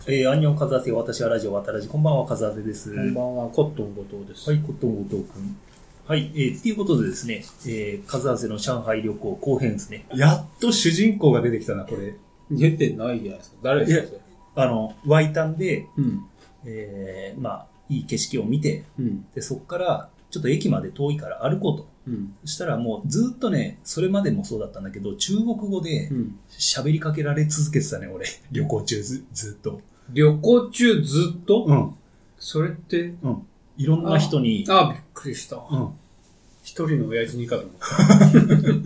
アンニョンカズアセ、私はラジオ、わたらじ、こんばんは、カズアセです。 こんばんは、コットン後藤です。 はい、コットン後藤くん。はい、ということでですね、カズアセの上海旅行後編ですね。やっと主人公が出てきたな、これ。 出てないじゃないですか。誰ですか、 ワイタンで、 うん。 いい景色を見て、 うん。 で、そこから、ちょっと駅まで遠いから歩こうと。 うん。 そしたらもうずっとね、それまでもそうだったんだけど、中国語で喋りかけられ続けてたね、俺。旅行中ずっと。 旅行中ずっとうん。 それって、 うん。いろんな人に。 びっくりした。 うん。 一人の親父にかと思った。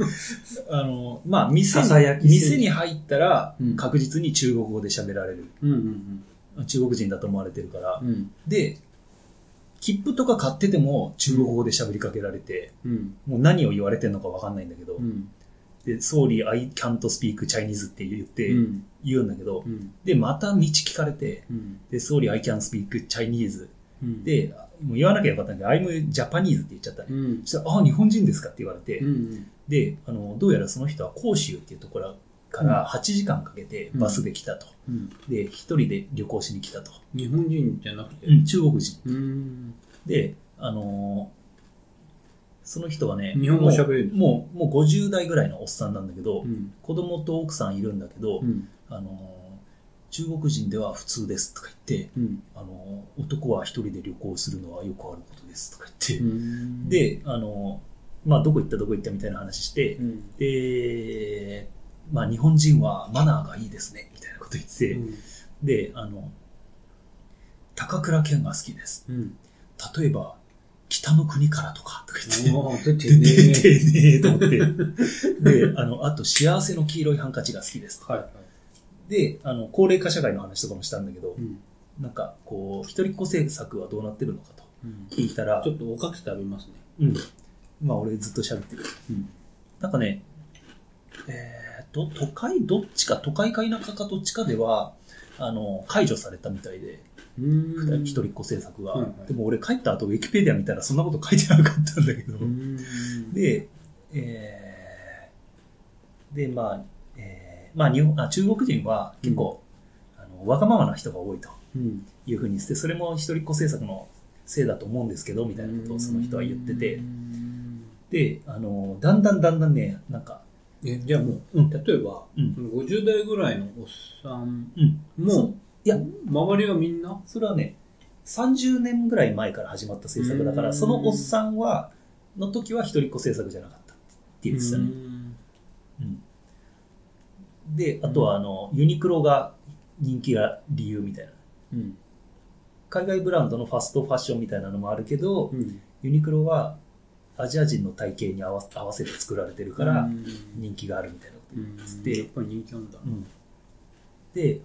店に入ったら、 うん、 確実に中国語で喋られる。 うんうんうん、中国人だと思われてるから。 うん、 で、切符とか買ってても中国語で喋りかけられて、 うん、 もう何を言われてるのかわかんないんだけど、 うん、 で、Sorry, I can't speak Chinese って言って、言うんだけど、 うん、 で、また道聞かれて、 うん、で、 Sorry, I can't speak Chinese、 うん、 で、もう言わなきゃよかったんだけど、I'm Japanese って言っちゃったね。 うん、 そしたら、日本人ですかって言われて、 うん、 で、どうやらその人は広州っていうところから8時間かけてバスで来たと。 うん、 で、一人で旅行しに来たと。 日本人じゃなくて、 中国人。で、その人はね、 日本語喋れるもう50代ぐらいのおっさんなんだけど、 うん、 子供と奥さんいるんだけど、 うん、 中国人では普通ですとか言って、 うん、 男は一人で旅行するのはよくあることですとか言って、 うん、 で、どこ行ったみたいな話して、うん、で、日本人はマナーがいいですねみたいなこと言って、うん、で、高倉健が好きです。うん、例えば、北の国からとか言って。出てねえと思って。で、あと、幸せの黄色いハンカチが好きです。はいはい、で、高齢化社会の話とかもしたんだけど、うん、なんか、こう、一人っ子政策はどうなってるのかと聞いたら、 ちょっとおかき食べますね。 うん。俺ずっと喋ってる。うん、なんかね、都会か田舎かどっちかでは、解除されたみたいで、一人っ子政策が、はいはい。でも俺帰った後ウィキペディア見たらそんなこと書いてなかったんだけど、で、中国人は結構、わがままな人が多いというふうにして、それも一人っ子政策のせいだと思うんですけど、みたいなことをその人は言ってて、で、だんだんね、なんか、 じゃあもう、例えば、50代ぐらいのおっさんも、いや、周りはみんなそれはね、30年ぐらい前から始まった政策だから、そのおっさんの時は一人っ子政策じゃなかったって言ってたね。で、あとはユニクロが人気が理由みたいな。海外ブランドのファストファッションみたいなのもあるけど、ユニクロはアジア人の体型に合わせて作られてるから人気があるみたいなこと言ってて、 やっぱり人気なんだ。 で、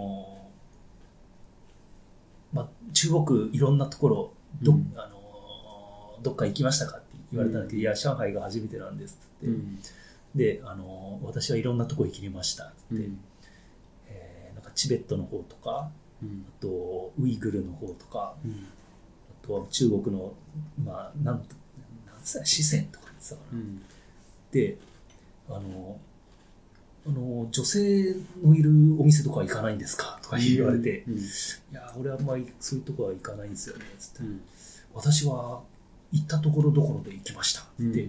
中国いろんなところどっか行きましたかって言われたんだけど、いや上海が初めてなんですって言って、で私はいろんなとこ行きましたって、なんかチベットの方とか、あとウイグルの方とか、あとは中国のなんつうか四川とか言ってたかな、で女性のいるお店とか行かないんですかとか言われて、いや俺はあんまりそういうとこは行かないんですよねつって、私は行ったところどころで行きましたって、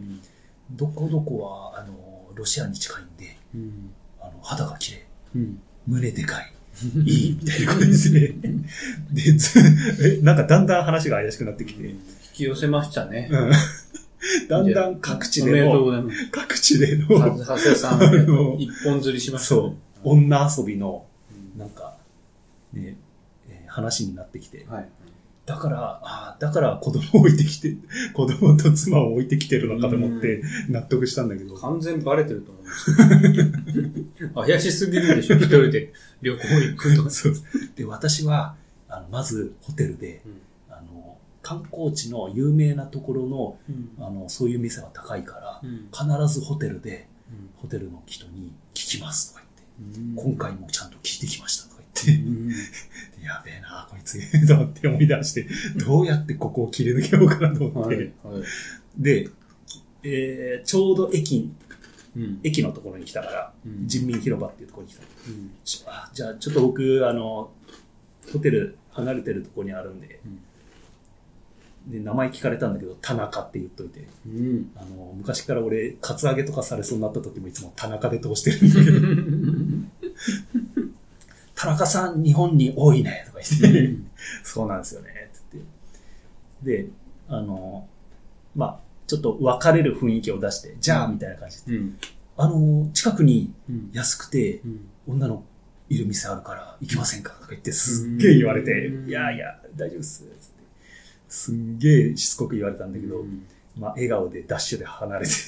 どこどこはロシアに近いんで、肌が綺麗、胸でかいいいみたいなことですねでなんかだんだん話が怪しくなってきて、引き寄せましたね、 だんだん各地での長谷さん一本釣りしましたね。 そう女遊びのなんかね、話になってきて、はい、だから子供と妻を置いてきてるのかと思って納得したんだけど、 完全バレてると思うんですよ怪しすぎるでしょ一人で旅行行くとかそうで、私はまずホテルで、観光地の有名なところの、そういう店が高いから、必ずホテルで、ホテルの人に聞きますとか言って、今回もちゃんと聞いてきましたとか言って、やべえなこいつと思って思い出して、どうやってここを切り抜けようかなと思って、で、ちょうど駅のところに来たから、人民広場っていうところに来た、じゃあちょっと僕ホテル離れてるところにあるんで、で、名前聞かれたんだけど、田中って言っといて、昔から俺、カツアゲとかされそうになった時もいつも田中で通してるんだけど、田中さん日本に多いね、とか言って、そうなんですよね、って言って。で、まあ、ちょっと別れる雰囲気を出して、じゃあ、みたいな感じで、近くに安くて、女のいる店あるから行きませんかとか言って、すっげえ言われて、いやいや、大丈夫っす。すんげえしつこく言われたんだけど、まあ、笑顔でダッシュで離れて。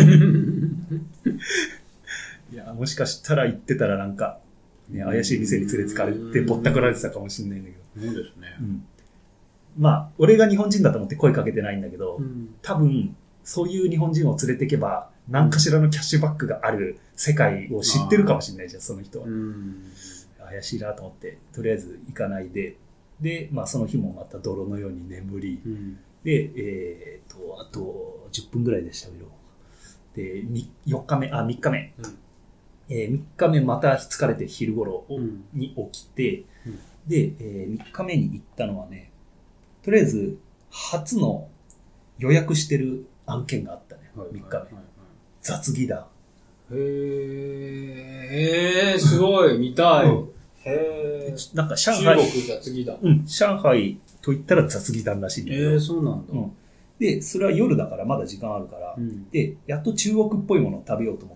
いや、もしかしたら行ってたらなんか、ね、怪しい店に連れてかれてぼったくられてたかもしれないんだけど。 そうですね。 まあ、俺が日本人だと思って声かけてないんだけど、多分、そういう日本人を連れてけば、何かしらのキャッシュバックがある世界を知ってるかもしれないじゃん、その人は。怪しいなと思って、とりあえず行かないで、で、まあその日もまた泥のように眠り、で、あと10分ぐらいでしたけど、で、3日目。3日目また疲れて昼頃に起きて、で、3日目に行ったのはね、とりあえず初の予約してる案件があったね、3日目。雑技団。 すごい、見たい。 なんか上海。 中国雑技団。 上海と言ったら雑技団らしいんだけど。 そうなんだ。 で、それは夜だからまだ時間あるから、で、やっと中国っぽいものを食べようと思って、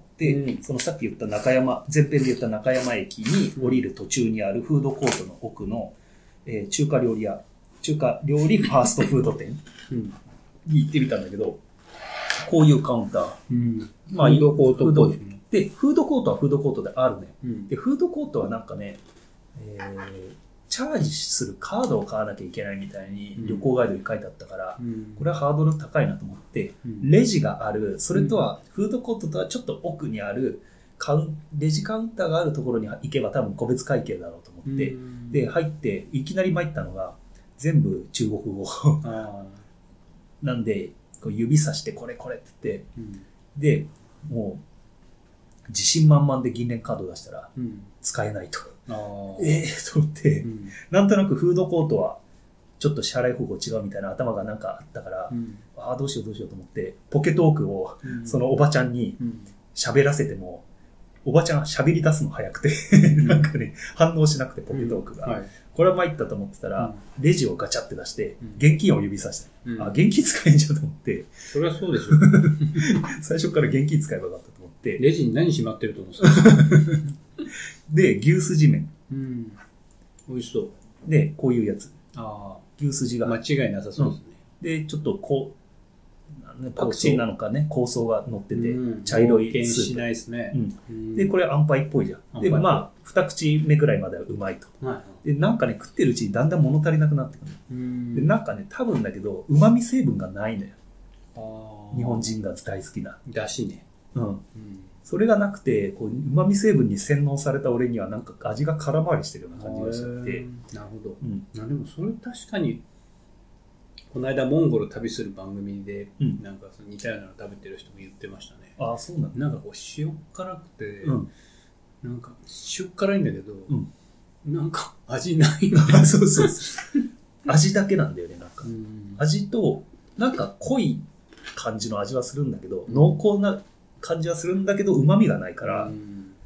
そのさっき言った前編で言った中山駅に降りる途中にあるフードコートの奥の、中華料理ファーストフード店に行ってみたんだけど、こういうカウンター。 まあ、フードコートっぽい。 で、フードコートはフードコートであるね。で、フードコートはなんかね、チャージするカードを買わなきゃいけないみたいに旅行ガイドに書いてあったから、これはハードル高いなと思って、レジがある、それとは、フードコートとはちょっと奥にあるレジカウンターがあるところに行けば多分個別会計だろうと思って、で、入っていきなり参ったのが全部中国語。なんで、こう指さしてこれこれって言って、で、もう自信満々で銀聯カード出したら使えないと。と思って、なんとなくフードコートはちょっと支払い方法違うみたいな頭がなんかあったから、どうしようと思って、ポケトークをそのおばちゃんに喋らせても、おばちゃん喋り出すの早くて、なんかね、反応しなくてポケトークが。これは参ったと思ってたら、レジをガチャって出して、現金を指さして、現金使えんじゃんと思って。 それはそうでしょ。 最初から現金使えばよかったと思って。 レジに何しまってると思うんですか？ で、牛すじ麺。 美味しそう。 で、こういうやつ。牛すじが。 間違いなさそうですね。 で、ちょっとパクチーなのかね、香草が乗ってて、茶色いスープ。 しないですね。 で、これあんぱいっぽいじゃん。で、まあ、二口目くらいまではうまいと。で、なんかね、食ってるうちにだんだん物足りなくなってくる。で、なんかね、多分だけど、旨味成分がないのよ。日本人が大好きな。 だしね。 それがなくて、こう、旨味成分に洗脳された俺にはなんか味が空回りしてるような感じがしちゃって。 なるほど。でもそれ確かに、この間モンゴル旅する番組で、なんか似たようなの食べてる人も言ってましたね。 そうなんだ。 なんかこう塩辛くて、なんか塩辛いんだけど、なんか味ないんだよ。 そう。味だけなんだよね、なんか。味と、なんか濃い感じの味はするんだけど、濃厚な感じはするんだけど、旨味がないから。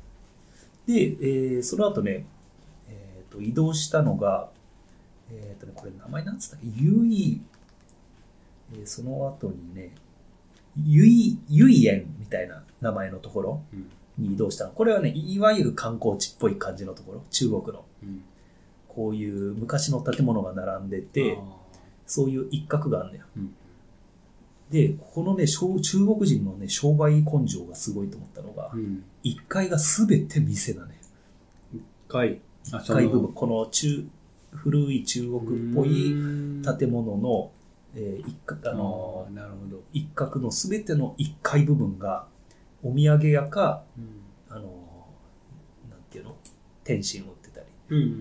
で、その後ね、移動したのが、これ名前なんつったっけ？その後にね、ユイエンみたいな名前のところに移動したの。これはね、いわゆる観光地っぽい感じのところ、中国の。こういう昔の建物が並んでて、そういう一角があるんだよ。で、ここのね、中国人のね、商売根性がすごいと思ったのが、1階がすべて店だね。 1階部分、この古い中国っぽい建物の、一角のすべての1階部分が、お土産屋か、なんていうの？点心を売ってたり。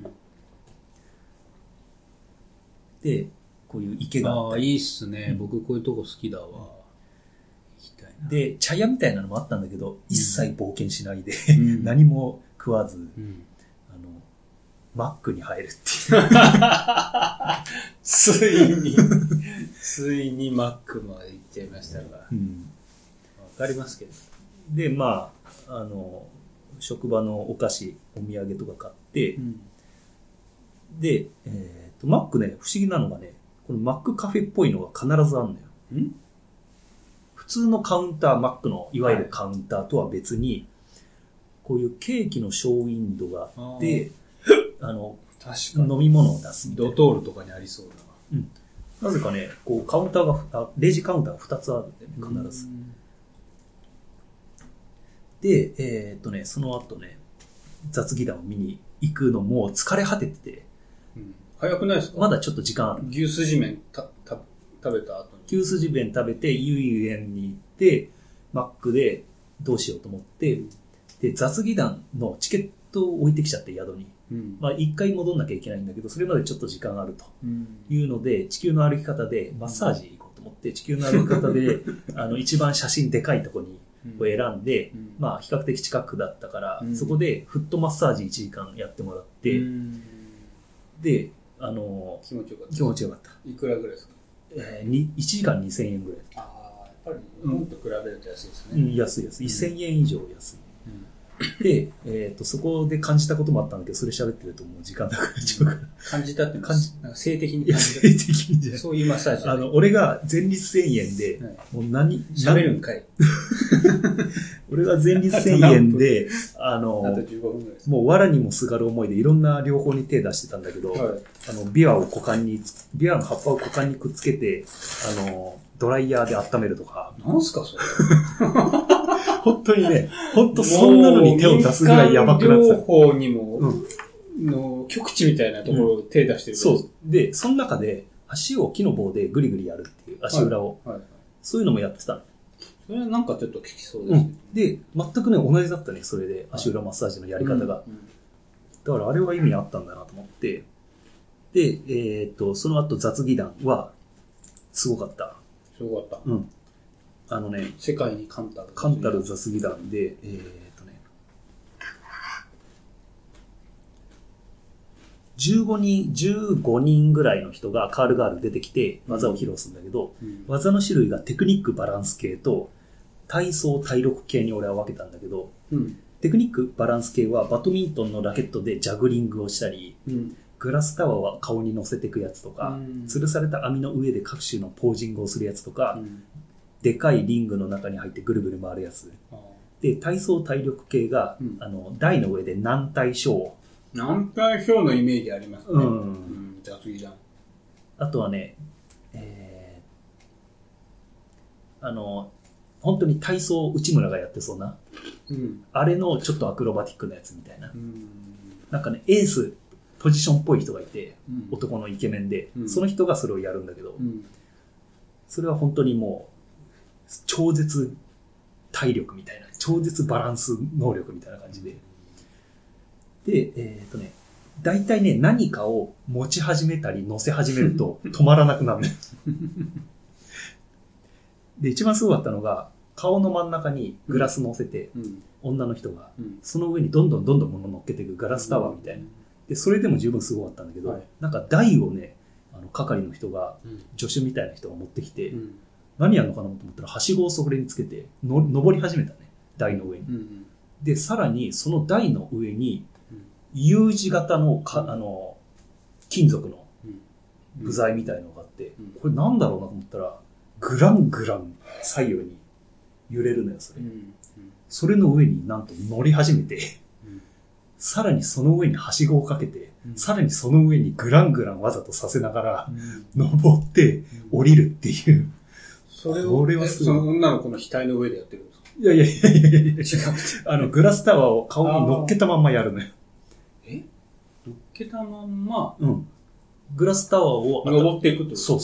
で、こういう池があったり。 いいっすね。僕こういうとこ好きだわ。行きたいな。 で、茶屋みたいなのもあったんだけど、一切冒険しないで、何も食わず、 マックに入るっていう。 ついにマックまで行っちゃいましたが。わかりますけど。 で、まあ、職場のお菓子、お土産とか買って、で、マックね、不思議なのがね、このマックカフェっぽいのが必ずあるのよ。普通のカウンター、マックのいわゆるカウンターとは別に、こういうケーキのショーウィンドがあって、確か飲み物を出すみたいな。 ドトールとかにありそうだな。なぜかね、こうカウンターが、レジカウンターが2つあるんだよね、必ず。で、その後ね、雑技団を見に行くのも疲れ果ててて、 早くないですか？ まだちょっと時間ある。 牛すじ麺食べた後に。 牛すじ麺食べて、遊園に行って、マックでどうしようと思って、で、雑技団のチケットを置いてきちゃって、宿に。まあ、一回戻んなきゃいけないんだけど、それまでちょっと時間あるというので、地球の歩き方でマッサージ行こうと思って、地球の歩き方で、一番写真でかいとこにを選んで、まあ、比較的近くだったから、そこでフットマッサージ1時間やってもらって、で、 気持ちよかった。 気持ちよかった。 いくらぐらいですか ？1時間2000円ぐらい。 やっぱり日本と比べると安いですね。 安いです。1000円以上安い。で、そこで感じたこともあったんだけど、それ喋ってるともう時間なくなっちゃうから。 感じたってなんか性的に感じた。性的にじゃない。 そういうマッサージ。 俺が前立1000円で、もう喋るんかい。 俺が前立1000円で、 あと15分ぐらいです。 もう藁にもすがる思いでいろんな療法に手出してたんだけど、ビワの葉っぱを股間にくっつけて、ドライヤーで温めるとか。 なんすかそれ。 本当にね、本当そんなのに手を出すぐらいやばくなってた。 療法にも、の極地みたいなところを手出してる、 そう。で、その中で足を木の棒でグリグリやるっていう、足裏を。そういうのもやってたの。 それはなんかちょっと効きそうですね。 で、全くね、同じだったね、それで、足裏マッサージのやり方が。だからあれは意味あったんだなと思って。で、その後雑技団は、すごかった。 すごかった。世界に冠たる雑技団で、15人ぐらいの人がカールガール出てきて技を披露するんだけど、技の種類がテクニックバランス系と体操体力系に俺は分けたんだけど、テクニックバランス系はバドミントンのラケットでジャグリングをしたり、グラスタワーは顔に乗せていくやつとか、吊るされた網の上で各種のポージングをするやつとか、でかいリングの中に入ってぐるぐる回るやつ。で、体操体力系が、台の上で軟体ショー。 軟体ショーのイメージありますね。雑技団。 あとはね、本当に体操内村がやってそうな、あれのちょっとアクロバティックなやつみたいな。なんかね、エース、ポジションっぽい人がいて、男のイケメンで、その人がそれをやるんだけど、それは本当にもう、超絶体力みたいな、超絶バランス能力みたいな感じで。で、大体ね、何かを持ち始めたり乗せ始めると止まらなくなる。で、一番すごかったのが、顔の真ん中にグラス乗せて、女の人が、その上にどんどん物乗っけていくガラスタワーみたいな。で、それでも十分すごかったんだけど、なんか台をね、係の人が、助手みたいな人が持ってきて、何やるのかなと思ったら、はしごをそれにつけて、登り始めたね、台の上に。で、さらに、その台の上に、U 字型の金属の部材みたいのがあって、これなんだろうなと思ったら、グラン左右に揺れるのよ、それ。それの上になんと乗り始めて、さらにその上にはしごをかけて、さらにその上にグランわざとさせながら、登って降りるっていう。 それを、その女の子の額の上でやってるんですか？ いや、違う。グラスタワーを顔に乗っけたまんまやるのよ。 乗っけたまんまグラスタワーを登っていくってこと？ そう。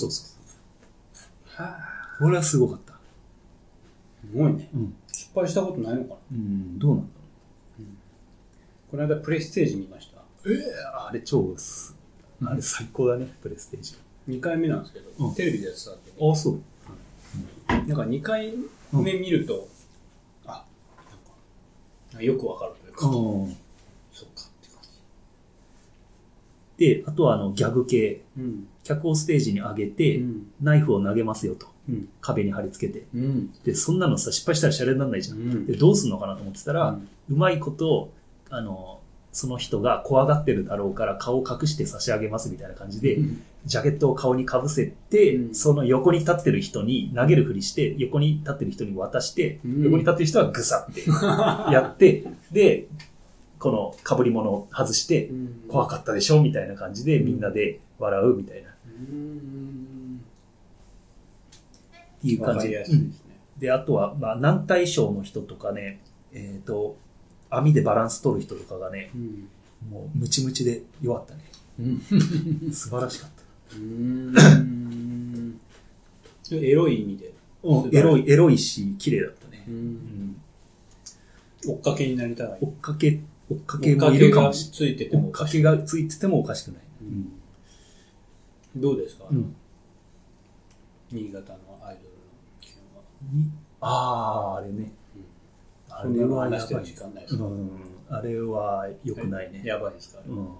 これはすごかった。 すごいね。失敗したことないのかな？ どうなんだろう。 この間プレステージ見ました。 あれあれ最高だね、プレステージ。 2回目なんですけど、テレビでやってたんで。 あ、そう。 なんか2回目見ると、なんかよくわかるというか、そっかって感じ。 で、あとはギャグ系。客をステージに上げて、ナイフを投げますよと。壁に貼り付けて。で、そんなのさ、失敗したらシャレにならないじゃん。で、どうすんのかなと思ってたら、うまいこと、その人が怖がってるだろうから顔を隠して差し上げますみたいな感じで、ジャケットを顔にかぶせて、その横に立ってる人に投げるふりして、横に立ってる人に渡して、横に立ってる人はグサってやって、で、この被り物を外して、怖かったでしょみたいな感じでみんなで笑うみたいな。っていう感じで。で、あとは、まあ、軟体ショーの人とかね、網でバランス取る人とかがね、もうムチムチで弱ったね。素晴らしかった。 エロい意味で。 エロいし、綺麗だったね。 追っかけになりたい。 追っかけもいるかもしれない。 追っかけがついててもおかしくない。追っかけがついててもおかしくない。 どうですか、新潟のアイドルの件は。 あれね。 あれは話してる時間ないですか？ あれは良くないね。 やばいですか？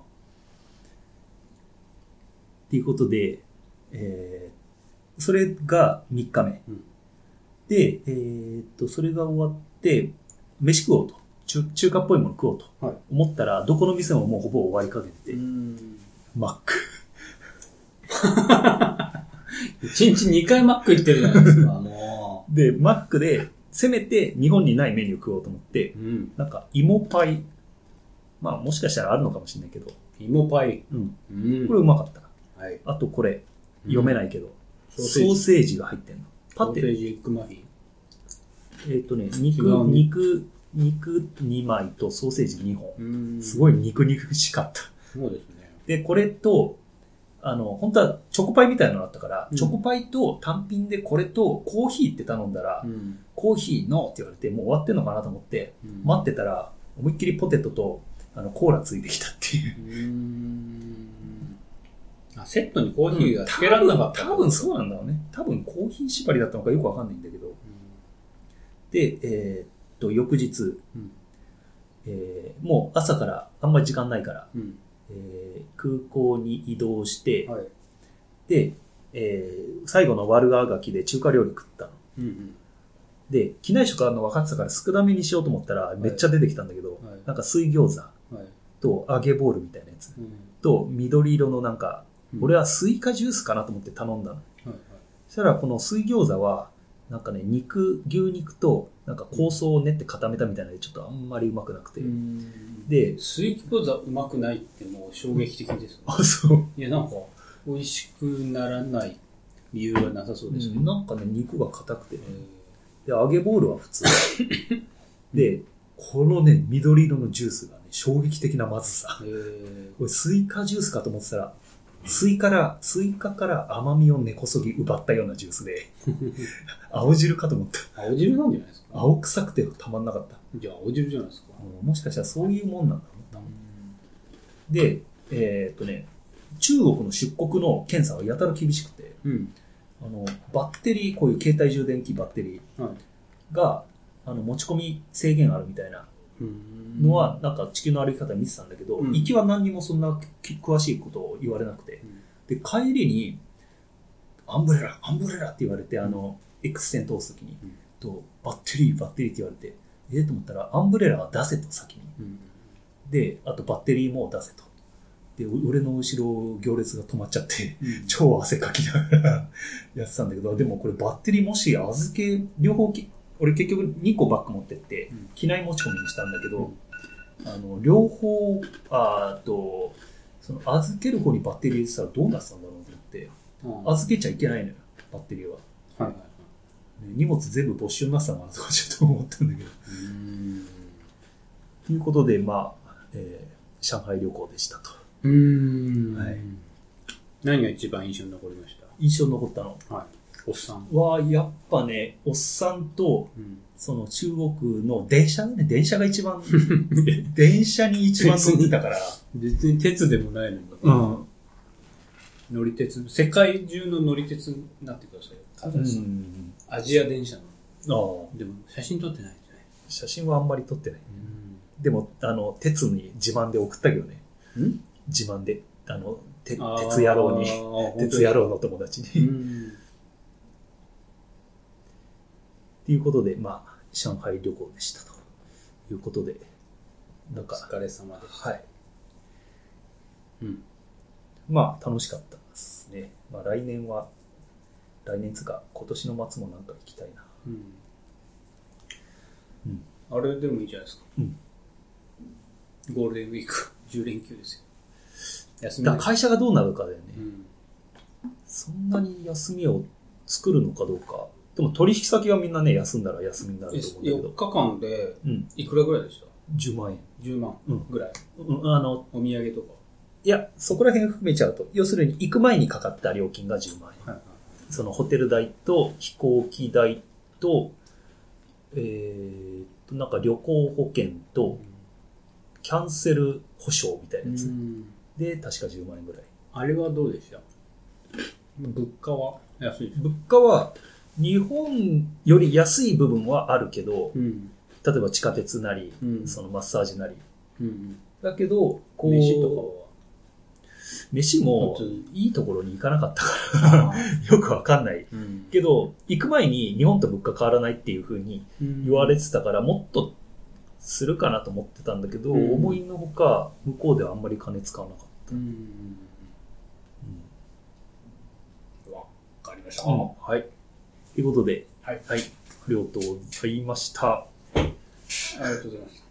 っていうことで、それが3日目。で、それが終わって、飯食おうと。中華っぽいもの食おうと。思ったら、どこの店ももうほぼ終わりかけてて、マック。 1 日2回マック行ってるじゃないですか、もう。で、マックで、せめて日本にないメニュー食おうと思って、なんか芋パイ。まあもしかしたらあるのかもしれないけど。 芋パイ。 これうまかった。あとこれ、読めないけど、ソーセージが入ってんの。 ソーセージエッグマフィン。肉2枚とソーセージ2本。すごい肉しかった。 そうですね。 で、これと、本当はチョコパイみたいなのがあったから、チョコパイと単品でこれとコーヒーって頼んだら、コーヒーのって言われて、もう終わってんのかなと思って、待ってたら、思いっきりポテトとコーラついてきたっていう。 セットにコーヒーがつけられなかった。 多分そうなんだろうね。多分コーヒー縛りだったのかよくわかんないんだけど。で、翌日、もう朝からあんまり時間ないから、空港に移動して、で、最後の悪川ガキで中華料理食ったの。で、機内食あるの分かってたから少なめにしようと思ったらめっちゃ出てきたんだけど、なんか水餃子と揚げボールみたいなやつ、と緑色のなんか、俺はスイカジュースかなと思って頼んだの。そしたらこの水餃子は、なんかね、牛肉となんか香草を練って固めたみたいなのでちょっとあんまりうまくなくて。 で、水餃子うまくないってもう衝撃的ですよね。 あ、そう。 いや、なんか美味しくならない理由はなさそうですね。 なんかね、肉が硬くてね。で、揚げボールは普通。で、このね、緑色のジュースがね、衝撃的なまずさ。これスイカジュースかと思ってたら、スイカから甘みを根こそぎ奪ったようなジュースで、青汁かと思った。 青汁なんじゃないですか？ 青臭くてたまんなかった。 じゃあ青汁じゃないですか。 もしかしたらそういうもんなんだろうな。で、中国の出国の検査はやたら厳しくて、バッテリー、こういう携帯充電器バッテリーが、持ち込み制限あるみたいなのは、なんか地球の歩き方見てたんだけど、行きは何にもそんな詳しいことを言われなくて、で、帰りに、アンブレラって言われて、X 線通すときに、バッテリーって言われて、と思ったら、アンブレラは出せと先に。で、あとバッテリーも出せと。で、俺の後ろ行列が止まっちゃって、超汗かきながらやってたんだけど、でもこれバッテリーもし預け、両方俺結局2個バッグ持ってって、機内持ち込みにしたんだけど、両方、その預ける方にバッテリー入れてたらどうなってたんだろうと思って、預けちゃいけないのよ、バッテリーは。荷物全部没収になってたのかなとかちょっと思ったんだけど。ということで、まあ、上海旅行でしたと。 何が一番印象に残りました？ 印象に残ったの？ おっさんは、やっぱね、おっさんと、その中国の電車が一番、電車に一番乗ってたから。 別に鉄でもないのに。乗り鉄、世界中の乗り鉄になってください。アジア電車の。でも写真撮ってないんじゃない？ 写真はあんまり撮ってない。でも、鉄に自慢で送ったけどね。自慢で。 鉄野郎に、鉄野郎の友達に。っていうことで、まあ、上海旅行でしたということで、なんか。 お疲れ様でした。 はい。まあ、楽しかったですね。まあ、来年つうか、今年の末もなんか行きたいな。 あれでもいいじゃないですか。ゴールデンウィーク、10連休ですよ。 休みだ会社がどうなるかだよね。そんなに休みを作るのかどうか。でも取引先がみんなね、休んだら休みになると思うんだけど。 4日間で、いくらぐらいでした？ 10 万円。 10万ぐらい。お土産とか。 いや、そこら辺含めちゃうと、要するに行く前にかかった料金が10万円。そのホテル代と飛行機代と、なんか旅行保険と、キャンセル保証みたいなやつ。で、確か10万円ぐらい。 あれはどうでした？物価は安いですか？ 物価は、日本より安い部分はあるけど、例えば地下鉄なり、そのマッサージなり。だけど、こう、 飯とかは飯もいいところに行かなかったからよくわかんない、けど行く前に日本と物価変わらないっていう風に言われてたからもっとするかなと思ってたんだけど、思いのほか向こうではあんまり金使わなかった。 わかりました。 はい。ということで、 はい。 ありがとうございました。 ありがとうございます。